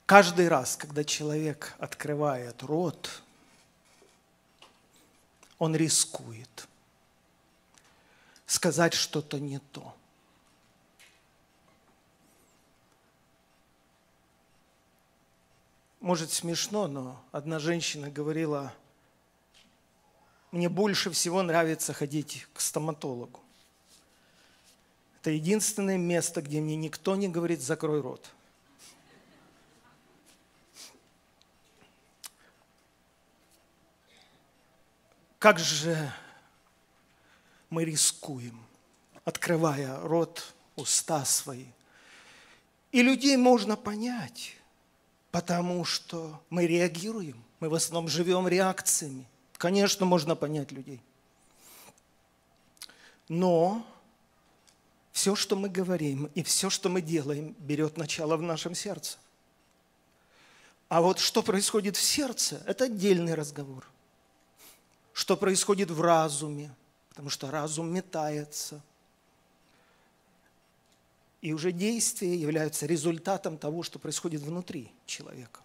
Каждый раз, когда человек открывает рот, он рискует сказать что-то не то. Может, смешно, но одна женщина говорила: мне больше всего нравится ходить к стоматологу. Это единственное место, где мне никто не говорит: закрой рот. Как же мы рискуем, открывая рот, уста свои. И людей можно понять, потому что мы реагируем. Мы в основном живем реакциями. Конечно, можно понять людей. Но все, что мы говорим, и все, что мы делаем, берет начало в нашем сердце. А вот что происходит в сердце, это отдельный разговор. Что происходит в разуме, потому что разум метается. И уже действия являются результатом того, что происходит внутри человека.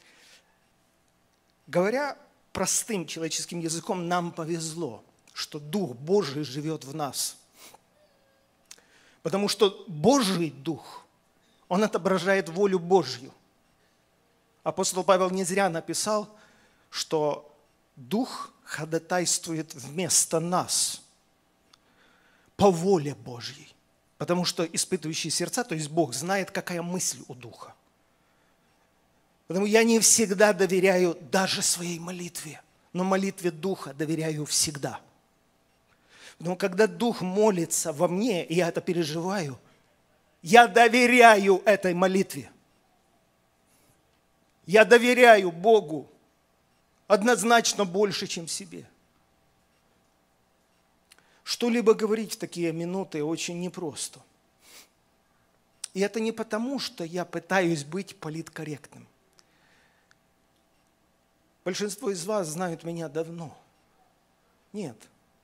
Говоря простым человеческим языком, нам повезло, что Дух Божий живет в нас. Потому что Божий Дух, Он отображает волю Божью. Апостол Павел не зря написал, что Дух ходатайствует вместо нас по воле Божьей. Потому что испытывающие сердца, то есть Бог, знает, какая мысль у Духа. Поэтому я не всегда доверяю даже своей молитве, но молитве Духа доверяю всегда. Но когда Дух молится во мне, и я это переживаю, я доверяю этой молитве. Я доверяю Богу однозначно больше, чем себе. Что-либо говорить в такие минуты очень непросто. И это не потому, что я пытаюсь быть политкорректным. Большинство из вас знают меня давно. Нет.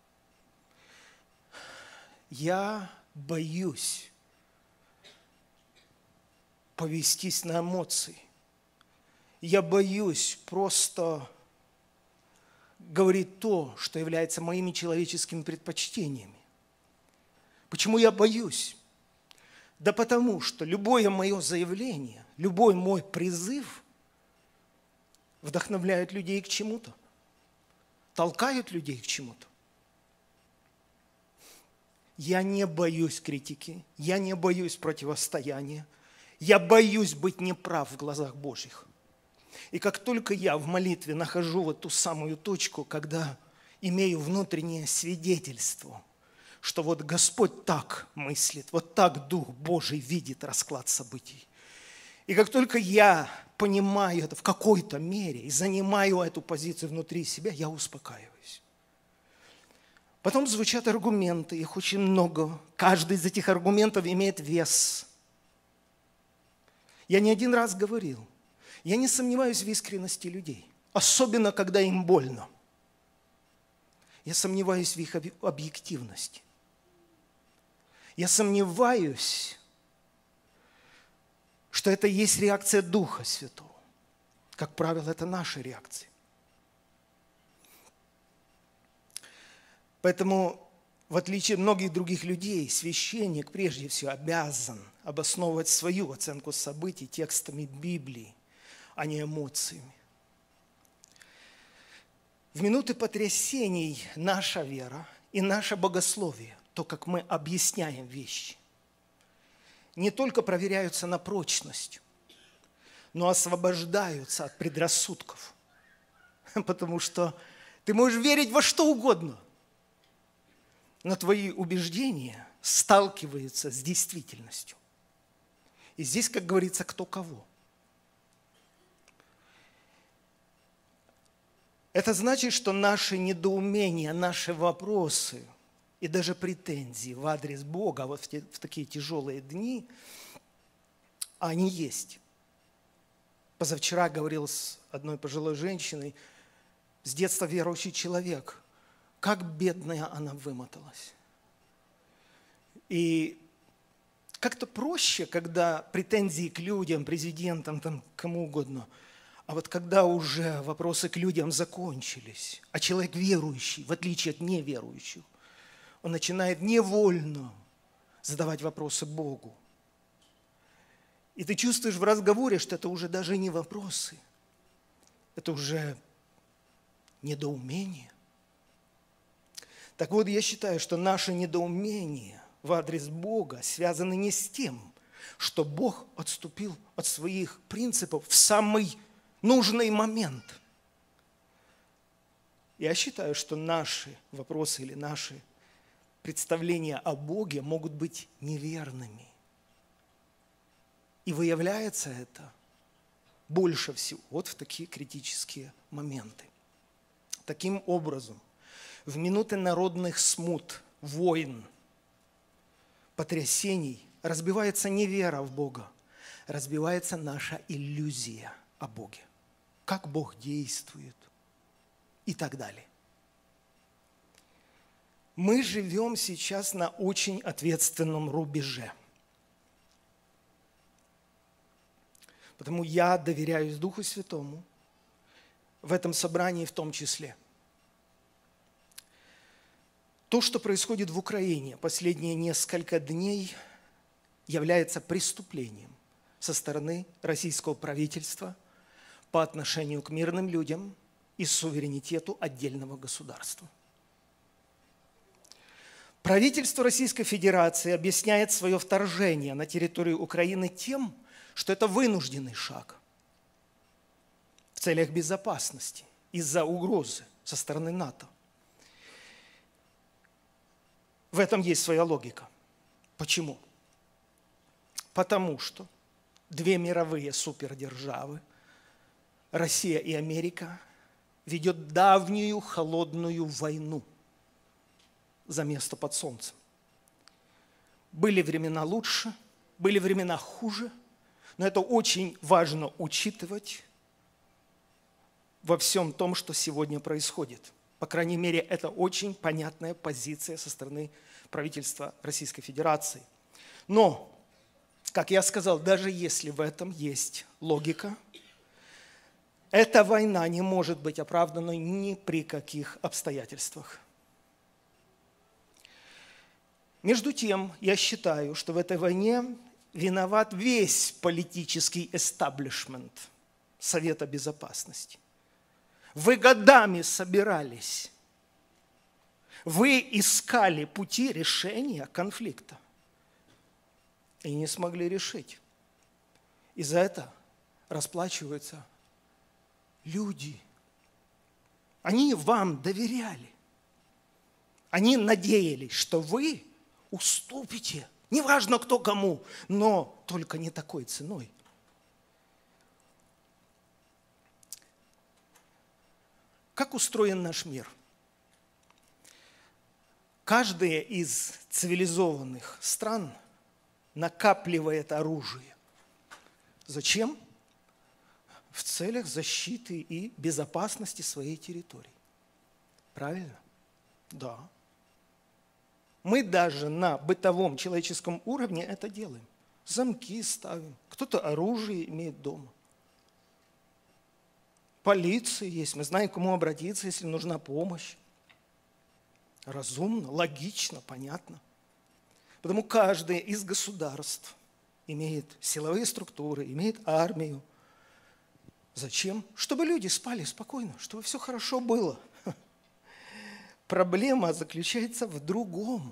Я боюсь повестись на эмоции. Я боюсь просто говорить то, что является моими человеческими предпочтениями. Почему я боюсь? Да потому что любое мое заявление, любой мой призыв вдохновляют людей к чему-то, толкают людей к чему-то. Я не боюсь критики, я не боюсь противостояния, я боюсь быть неправ в глазах Божьих. И как только я в молитве нахожу вот ту самую точку, когда имею внутреннее свидетельство, что вот Господь так мыслит, вот так Дух Божий видит расклад событий. И как только я понимаю это в какой-то мере и занимаю эту позицию внутри себя, я успокаиваюсь. Потом звучат аргументы, их очень много. Каждый из этих аргументов имеет вес. Я не один раз говорил, я не сомневаюсь в искренности людей, особенно когда им больно. Я сомневаюсь в их объективности. Я сомневаюсь, что это есть реакция Духа Святого. Как правило, это наша реакция. Поэтому, в отличие от многих других людей, священник прежде всего обязан обосновывать свою оценку событий текстами Библии, а не эмоциями. В минуты потрясений наша вера и наше богословие, то, как мы объясняем вещи, не только проверяются на прочность, но освобождаются от предрассудков. Потому что ты можешь верить во что угодно, но твои убеждения сталкиваются с действительностью. И здесь, как говорится, кто кого. Это значит, что наши недоумения, наши вопросы и даже претензии в адрес Бога вот в такие тяжелые дни, они есть. Позавчера говорил с одной пожилой женщиной, с детства верующий человек, как бедная она вымоталась. И Как-то проще, когда претензии к людям, президентам, там, кому угодно. А вот когда уже вопросы к людям закончились, а человек верующий, в отличие от неверующих, он начинает невольно задавать вопросы Богу. И ты чувствуешь в разговоре, что это уже даже не вопросы, это уже недоумение. Так вот, я считаю, что наше недоумение в адрес Бога связано не с тем, что Бог отступил от своих принципов в самый нужный момент. Я считаю, что наши вопросы или наши представления о Боге могут быть неверными. И выявляется это больше всего вот в такие критические моменты. Таким образом, в минуты народных смут, войн, потрясений разбивается не вера в Бога, разбивается наша иллюзия о Боге. Как Бог действует и так далее. Мы живем сейчас на очень ответственном рубеже. Потому я доверяюсь Духу Святому в этом собрании в том числе. То, что происходит в Украине последние несколько дней, является преступлением со стороны российского правительства по отношению к мирным людям и суверенитету отдельного государства. Правительство Российской Федерации объясняет свое вторжение на территорию Украины тем, что это вынужденный шаг в целях безопасности из-за угрозы со стороны НАТО. В этом есть своя логика. Почему? Потому что две мировые супердержавы, Россия и Америка, ведут давнюю холодную войну за место под солнцем. Были времена лучше, были времена хуже, но это очень важно учитывать во всем том, что сегодня происходит. По крайней мере, это очень понятная позиция со стороны правительства Российской Федерации. Но, как я сказал, даже если в этом есть логика, эта война не может быть оправдана ни при каких обстоятельствах. Между тем, я считаю, что в этой войне виноват весь политический эстаблишмент Совета Безопасности. Вы годами собирались, вы искали пути решения конфликта и не смогли решить. И за это расплачиваются люди. Они вам доверяли. Они надеялись, что вы уступите. Неважно, кто кому, но только не такой ценой. Как устроен наш мир? Каждая из цивилизованных стран накапливает оружие. Зачем? В целях защиты и безопасности своей территории. Правильно? Да. Мы даже на бытовом человеческом уровне это делаем. Замки ставим. Кто-то оружие имеет дома. Полиция есть. Мы знаем, к кому обратиться, если нужна помощь. Разумно, логично, понятно. Потому каждое из государств имеет силовые структуры, имеет армию. Зачем? Чтобы люди спали спокойно, чтобы все хорошо было. Проблема заключается в другом.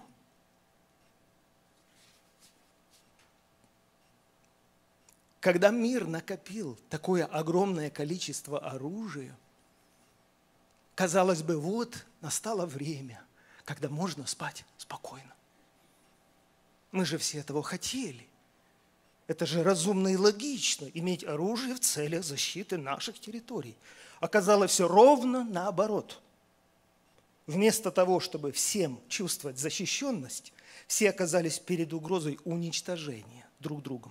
Когда мир накопил такое огромное количество оружия, казалось бы, вот настало время, когда можно спать спокойно. Мы же все этого хотели. Это же разумно и логично иметь оружие в целях защиты наших территорий. Оказалось все ровно наоборот. Вместо того, чтобы всем чувствовать защищенность, все оказались перед угрозой уничтожения друг другом.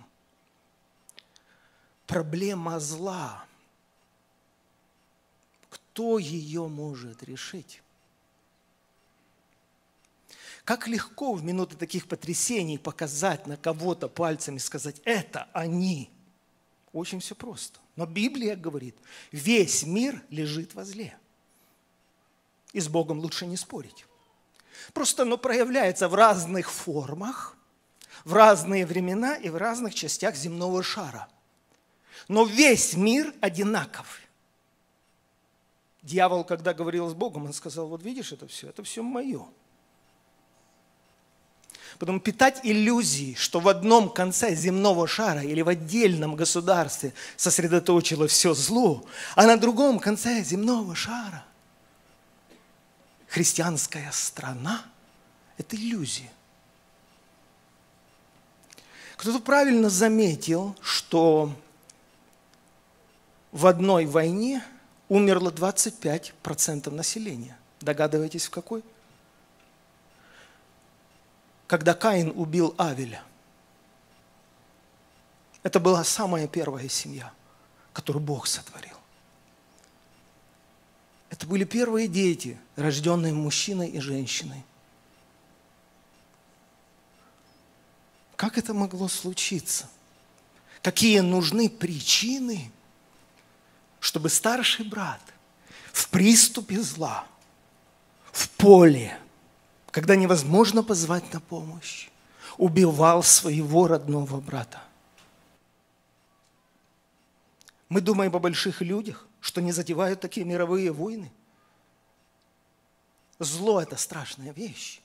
Проблема зла. Кто ее может решить? Как легко в минуты таких потрясений показать на кого-то пальцем и сказать: это они. Очень все просто. Но Библия говорит, весь мир лежит во зле. И с Богом лучше не спорить. Просто оно проявляется в разных формах, в разные времена и в разных частях земного шара. Но весь мир одинаков. Дьявол, когда говорил с Богом, он сказал: вот видишь это все мое. Потом питать иллюзии, что в одном конце земного шара или в отдельном государстве сосредоточило все зло, а на другом конце земного шара христианская страна – это иллюзия. Кто-то правильно заметил, что в одной войне умерло 25% населения. Догадываетесь, в какой? Когда Каин убил Авеля. Это была самая первая семья, которую Бог сотворил. Это были первые дети, рожденные мужчиной и женщиной. Как это могло случиться? Какие нужны причины, чтобы старший брат в приступе зла, в поле, когда невозможно позвать на помощь, убивал своего родного брата? Мы думаем о больших людях, что не затевают такие мировые войны. Зло – это страшная вещь.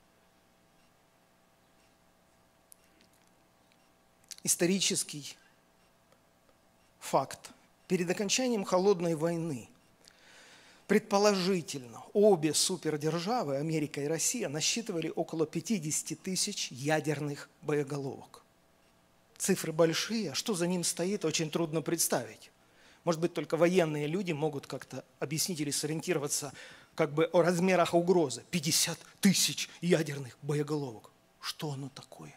Исторический факт. Перед окончанием Холодной войны предположительно обе супердержавы, Америка и Россия, насчитывали около 50 тысяч ядерных боеголовок. Цифры большие, а что за ним стоит, очень трудно представить. Может быть, только военные люди могут как-то объяснить или сориентироваться как бы о размерах угрозы. 50 тысяч ядерных боеголовок. Что оно такое?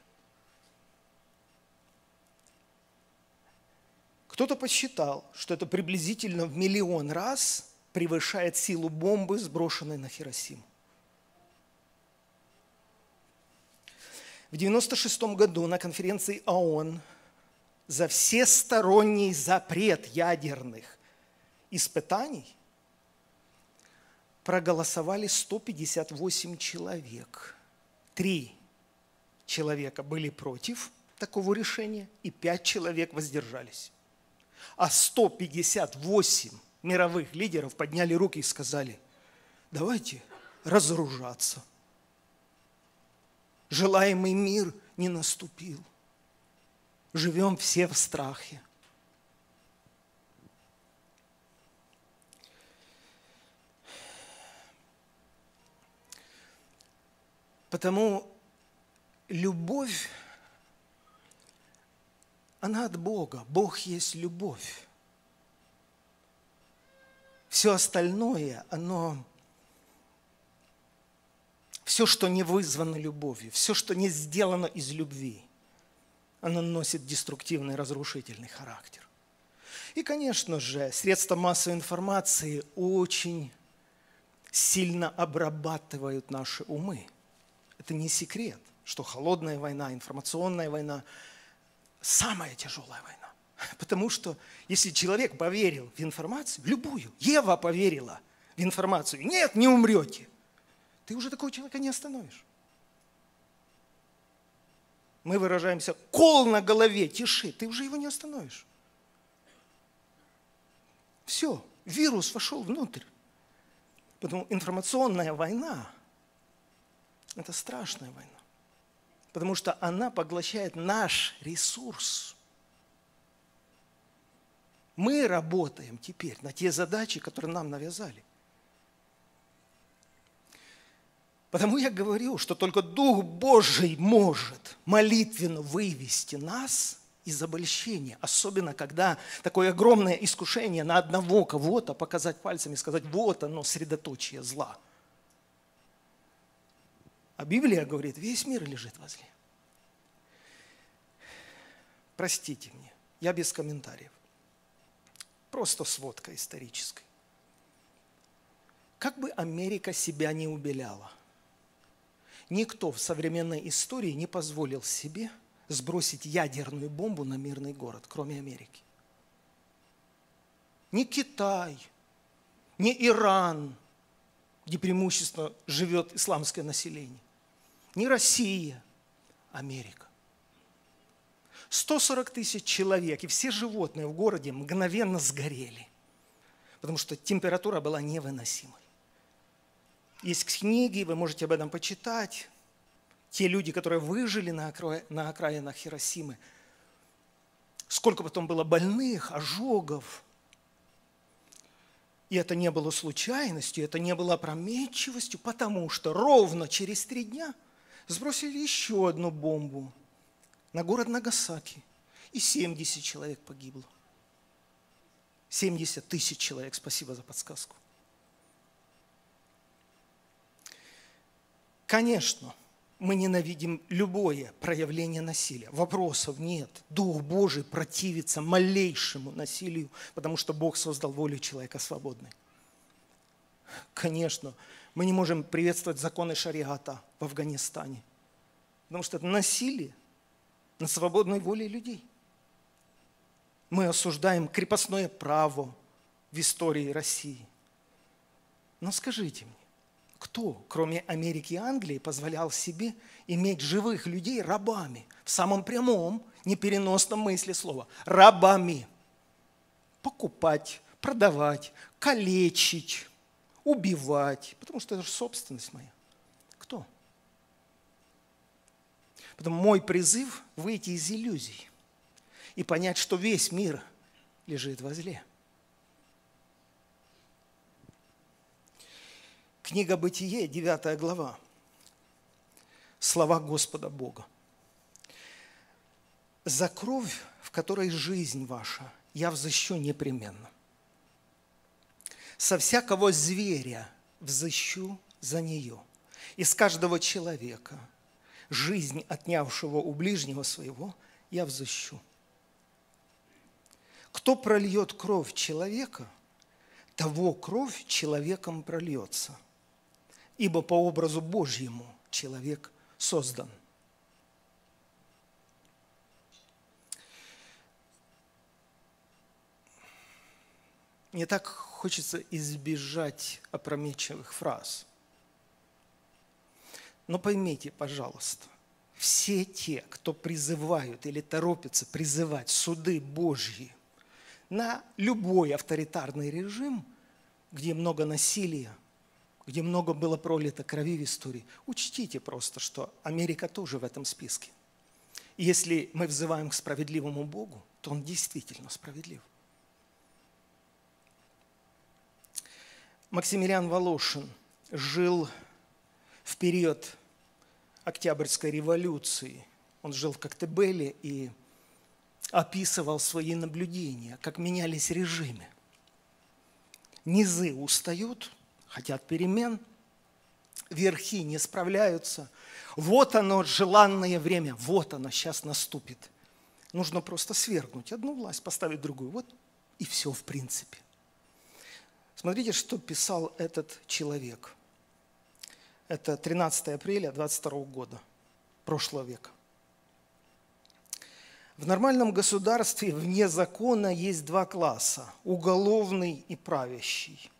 Кто-то подсчитал, что это приблизительно в 1 миллион раз превышает силу бомбы, сброшенной на Хиросиму. В 1996 году на конференции ООН за всесторонний запрет ядерных испытаний проголосовали 158 человек. 3 человека были против такого решения, и 5 человек воздержались. А 158 мировых лидеров подняли руки и сказали: давайте разоружаться. Желаемый мир не наступил. Живем все в страхе. Потому любовь, она от Бога. Бог есть любовь. Все остальное, все, что не вызвано любовью, все, что не сделано из любви, оно носит деструктивный, разрушительный характер. И, конечно же, средства массовой информации очень сильно обрабатывают наши умы. Это не секрет, что холодная война, информационная война – самая тяжелая война. Потому что если человек поверил в информацию, любую, Ева поверила в информацию: нет, не умрете, ты уже такого человека не остановишь. Мы выражаемся: кол на голове, тиши, ты уже его не остановишь. Все, вирус вошел внутрь. Потому информационная война – это страшная война. Потому что она поглощает наш ресурс. Мы работаем теперь на те задачи, которые нам навязали. Потому я говорю, что только Дух Божий может молитвенно вывести нас из обольщения. Особенно, когда такое огромное искушение на одного кого-то показать пальцем и сказать: вот оно, средоточие зла. А Библия говорит: весь мир лежит во зле. Простите мне, я без комментариев. Просто сводка историческая. Как бы Америка себя не убеляла, Никто в современной истории не позволил себе сбросить ядерную бомбу на мирный город, кроме Америки. Ни Китай, ни Иран, где преимущественно живет исламское население, ни Россия, Америка. 140 тысяч человек и все животные в городе мгновенно сгорели, потому что температура была невыносимой. Есть книги, вы можете об этом почитать. Те люди, которые выжили на окраинах Хиросимы, сколько потом было больных, ожогов. И это не было случайностью, это не было опрометчивостью, потому что ровно через 3 дня сбросили еще одну бомбу на город Нагасаки, и 70 человек погибло. 70 тысяч человек, спасибо за подсказку. Конечно, мы ненавидим любое проявление насилия. Вопросов нет. Дух Божий противится малейшему насилию, потому что Бог создал волю человека свободной. Конечно, мы не можем приветствовать законы шариата в Афганистане, потому что это насилие над свободной волей людей. Мы осуждаем крепостное право в истории России. Но скажите мне, кто, кроме Америки и Англии, позволял себе иметь живых людей рабами? В самом прямом, непереносном смысле слова. Рабами. Покупать, продавать, калечить, убивать. Потому что это же собственность моя. Кто? Поэтому мой призыв – выйти из иллюзий и понять, что весь мир лежит во зле. Книга Бытие, 9 глава. Слова Господа Бога. «За кровь, в которой жизнь ваша, я взыщу непременно. Со всякого зверя взыщу за нее. Из каждого человека, жизнь отнявшего у ближнего своего, я взыщу. Кто прольет кровь человека, того кровь человеком прольется. Ибо по образу Божьему человек создан». Мне так хочется избежать опрометчивых фраз. Но поймите, пожалуйста, все те, кто призывают или торопятся призывать суды Божьи на любой авторитарный режим, где много насилия, где много было пролито крови в истории, учтите просто, что Америка тоже в этом списке. И если мы взываем к справедливому Богу, то Он действительно справедлив. Максимилиан Волошин жил в период Октябрьской революции. Он жил в Коктебеле и описывал свои наблюдения, как менялись режимы. Низы устают, хотят перемен, верхи не справляются. Вот оно, желанное время, вот оно сейчас наступит. Нужно просто свергнуть одну власть, поставить другую. Вот и все в принципе. Смотрите, что писал этот человек. Это 13 апреля 22 года, прошлого века. В нормальном государстве вне закона есть 2 класса – уголовный и правящий.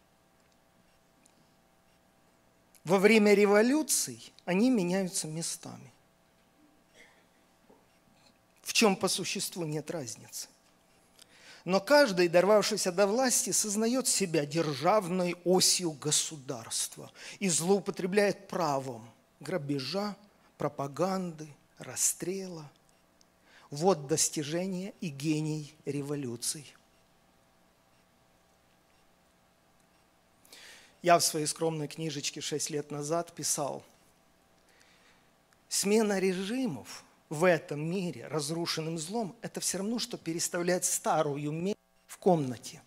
Во время революций они меняются местами. В чем по существу нет разницы. Но каждый, дорвавшийся до власти, сознает себя державной осью государства и злоупотребляет правом грабежа, пропаганды, расстрела. Вот достижение и гений революций. Я в своей скромной книжечке 6 лет назад писал: смена режимов в этом мире, разрушенным злом, это все равно, что переставлять старую мебель в комнате.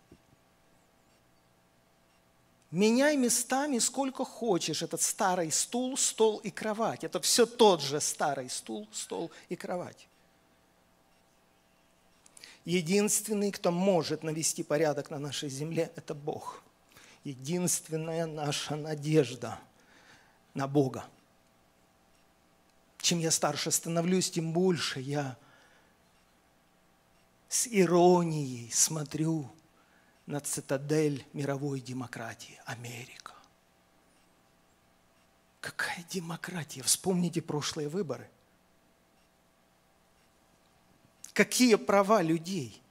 Меняй местами сколько хочешь этот старый стул, стол и кровать. Это все тот же старый стул, стол и кровать. Единственный, кто может навести порядок на нашей земле, это Бог. Единственная наша надежда на Бога. чем я старше становлюсь, тем больше я с иронией смотрю на цитадель мировой демократии – Америка. Какая демократия? Вспомните прошлые выборы. Какие права людей?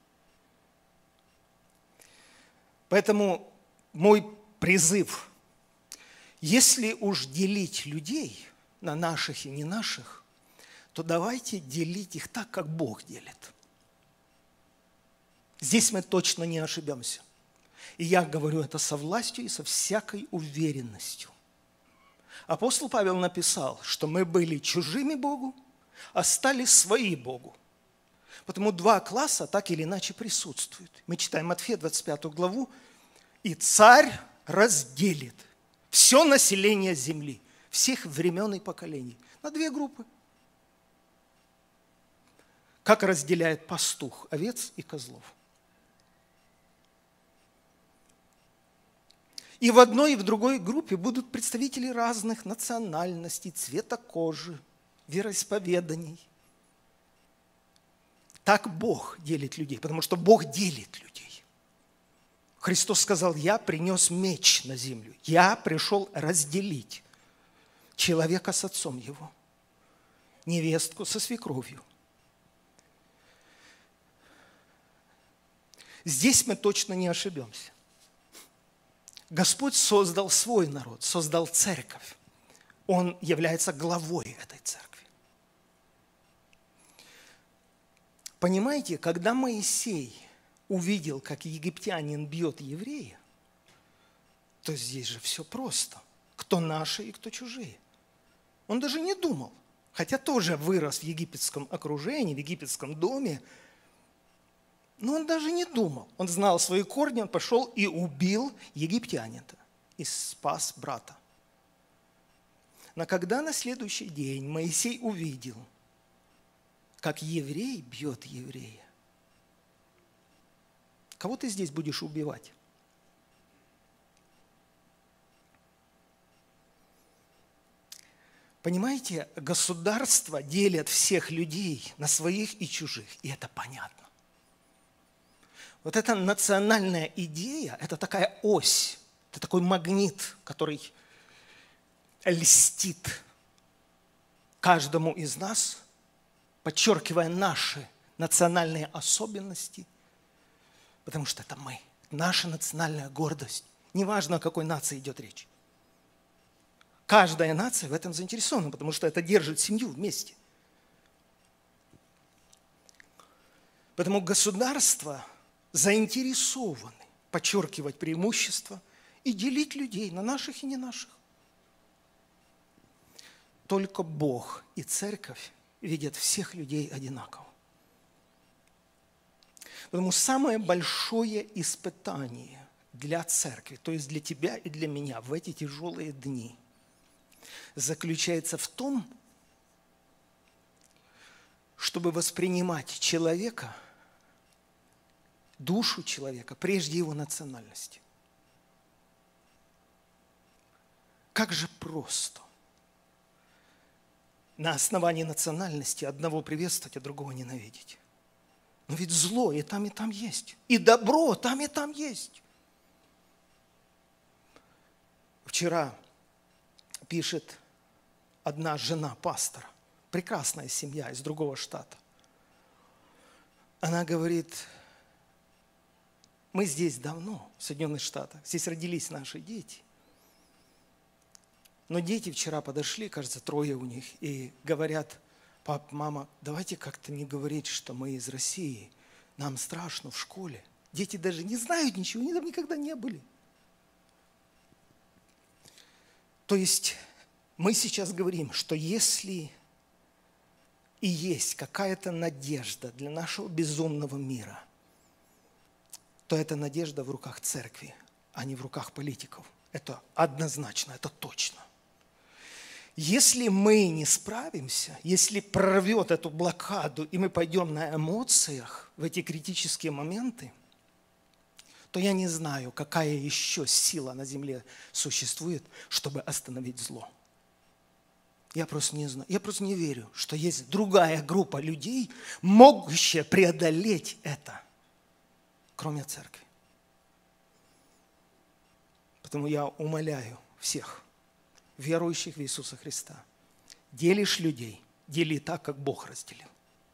Поэтому мой призыв, если уж делить людей на наших и не наших, то давайте делить их так, как Бог делит. Здесь мы точно не ошибемся. И я говорю это со властью и со всякой уверенностью. Апостол Павел написал, что мы были чужими Богу, а стали свои Богу. Потому два класса так или иначе присутствуют. Мы читаем Матфея 25 главу, и царь разделит все население земли, всех времен и поколений, на две группы. Как разделяет пастух овец и козлов. И в одной и в другой группе будут представители разных национальностей, цвета кожи, вероисповеданий. Так Бог делит людей, потому что Бог делит людей. Христос сказал: я принес меч на землю, я пришел разделить человека с отцом его, невестку со свекровью. Здесь мы точно не ошибемся. Господь создал свой народ, создал церковь. Он является главой этой церкви. Понимаете, когда Моисей увидел, как египтянин бьет еврея, то здесь же все просто. Кто наши и кто чужие. Он даже не думал, хотя тоже вырос в египетском окружении, в египетском доме, но он даже не думал. Он знал свои корни, он пошел и убил египтянина и спас брата. Но когда на следующий день Моисей увидел, как еврей бьет еврея, кого ты здесь будешь убивать? Понимаете, государства делят всех людей на своих и чужих, и это понятно. Вот эта национальная идея, это такая ось, это такой магнит, который льстит каждому из нас, подчеркивая наши национальные особенности, потому что это мы, наша национальная гордость. Неважно, о какой нации идет речь. Каждая нация в этом заинтересована, потому что это держит семью вместе. Поэтому государства заинтересованы подчеркивать преимущества и делить людей на наших и не наших. Только Бог и Церковь видят всех людей одинаково. Потому самое большое испытание для Церкви, то есть для тебя и для меня в эти тяжелые дни, заключается в том, чтобы воспринимать человека, душу человека, прежде его национальности. Как же просто на основании национальности одного приветствовать, а другого ненавидеть. Но ведь зло и там есть. И добро там есть. Вчера пишет одна жена пастора, прекрасная семья из другого штата. Она говорит: мы здесь давно, в Соединенных Штатах, здесь родились наши дети. Но дети вчера подошли, кажется, 3 у них, и говорят: пап, мама, давайте как-то не говорить, что мы из России, нам страшно в школе. Дети даже не знают ничего, они там никогда не были. То есть мы сейчас говорим, что если и есть какая-то надежда для нашего безумного мира, то эта надежда в руках церкви, а не в руках политиков. Это однозначно, это точно. Если мы не справимся, если прорвет эту блокаду, и мы пойдем на эмоциях в эти критические моменты, то я не знаю, какая еще сила на земле существует, чтобы остановить зло. Я просто не знаю. Я просто не верю, что есть другая группа людей, могущая преодолеть это, кроме церкви. Поэтому я умоляю всех, верующих в Иисуса Христа, делишь людей, дели так, как Бог разделил.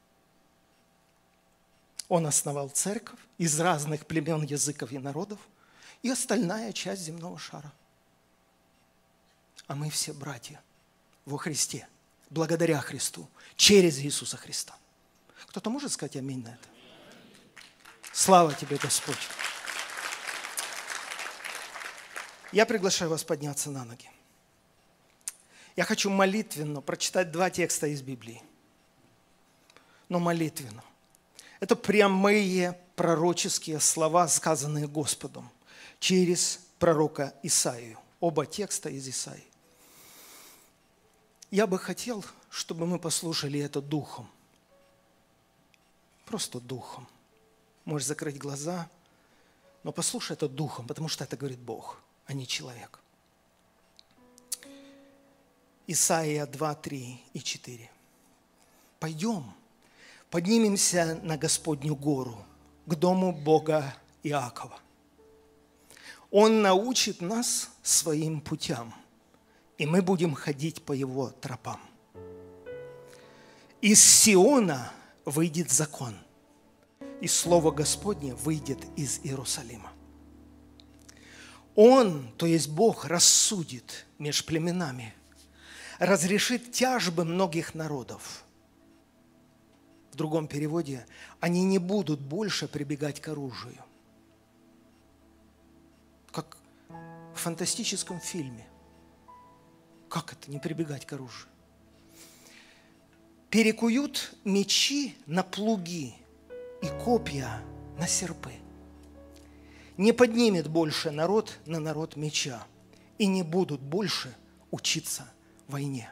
Он основал церковь из разных племен, языков и народов, и остальная часть земного шара. А мы все братья во Христе, благодаря Христу, через Иисуса Христа. Кто-то может сказать аминь на это? Слава тебе, Господь! Я приглашаю вас подняться на ноги. Я хочу молитвенно прочитать 2 текста из Библии. Но молитвенно. Это прямые пророческие слова, сказанные Господом через пророка Исаию. Оба текста из Исаии. Я бы хотел, чтобы мы послушали это духом. Просто духом. Можешь закрыть глаза, но послушай это духом, потому что это говорит Бог, а не человек. Исаия 2, 3 и 4. Пойдем, поднимемся на Господню гору, к дому Бога Иакова. Он научит нас своим путям, и мы будем ходить по его тропам. Из Сиона выйдет закон, и слово Господне выйдет из Иерусалима. Он, то есть Бог, рассудит меж племенами, разрешит тяжбы многих народов. В другом переводе, они не будут больше прибегать к оружию. Как в фантастическом фильме. Как это, не прибегать к оружию? Перекуют мечи на плуги и копья на серпы. Не поднимет больше народ на народ меча, и не будут больше учиться войне.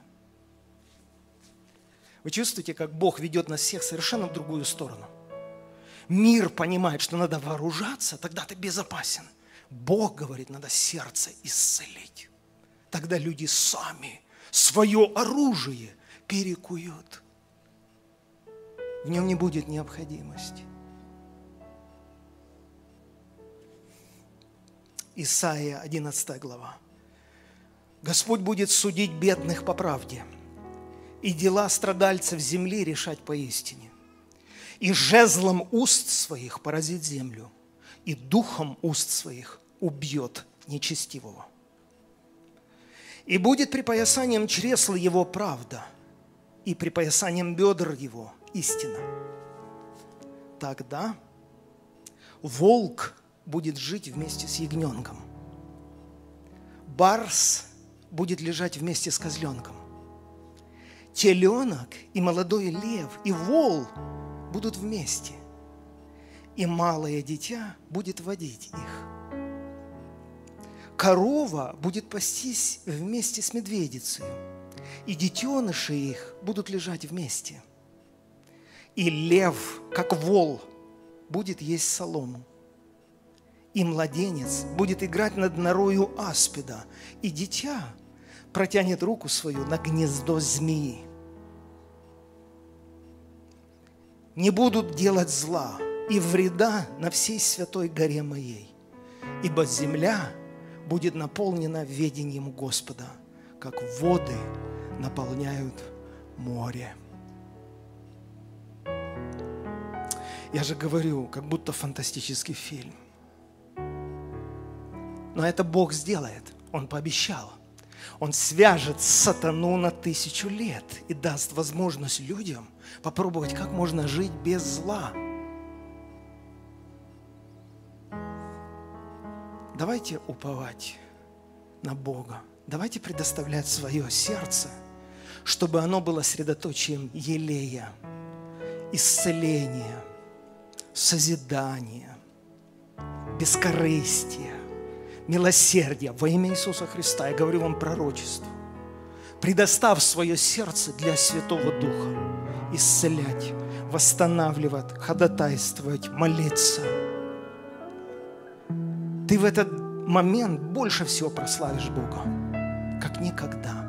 Вы чувствуете, как Бог ведет нас всех совершенно в другую сторону? Мир понимает, что надо вооружаться, тогда ты безопасен. Бог говорит, надо сердце исцелить. Тогда люди сами свое оружие перекуют. В нем не будет необходимости. Исайя 11 глава. Господь будет судить бедных по правде, и дела страдальцев земли решать поистине. И жезлом уст своих поразит землю, и духом уст своих убьет нечестивого. И будет припоясанием чресла его правда, и припоясанием бедр его истина. Тогда волк будет жить вместе с ягненком, барс будет лежать вместе с козленком, теленок и молодой лев и вол будут вместе, и малое дитя будет водить их. Корова будет пастись вместе с медведицей, и детеныши их будут лежать вместе. И лев, как вол, будет есть солому. И младенец будет играть над норою аспида, и дитя протянет руку свою на гнездо змеи. Не будут делать зла и вреда на всей святой горе моей, ибо земля будет наполнена ведением Господа, как воды наполняют море. Я же говорю, как будто фантастический фильм. Но это Бог сделает, Он пообещал. Он свяжет сатану на 1000 лет и даст возможность людям попробовать, как можно жить без зла. Давайте уповать на Бога. Давайте предоставлять свое сердце, чтобы оно было средоточием елея, исцеления, созидания, бескорыстия, милосердия во имя Иисуса Христа. Я говорю вам пророчество. Предостав свое сердце для Святого Духа исцелять, восстанавливать, ходатайствовать, молиться. Ты в этот момент больше всего прославишь Бога, как никогда.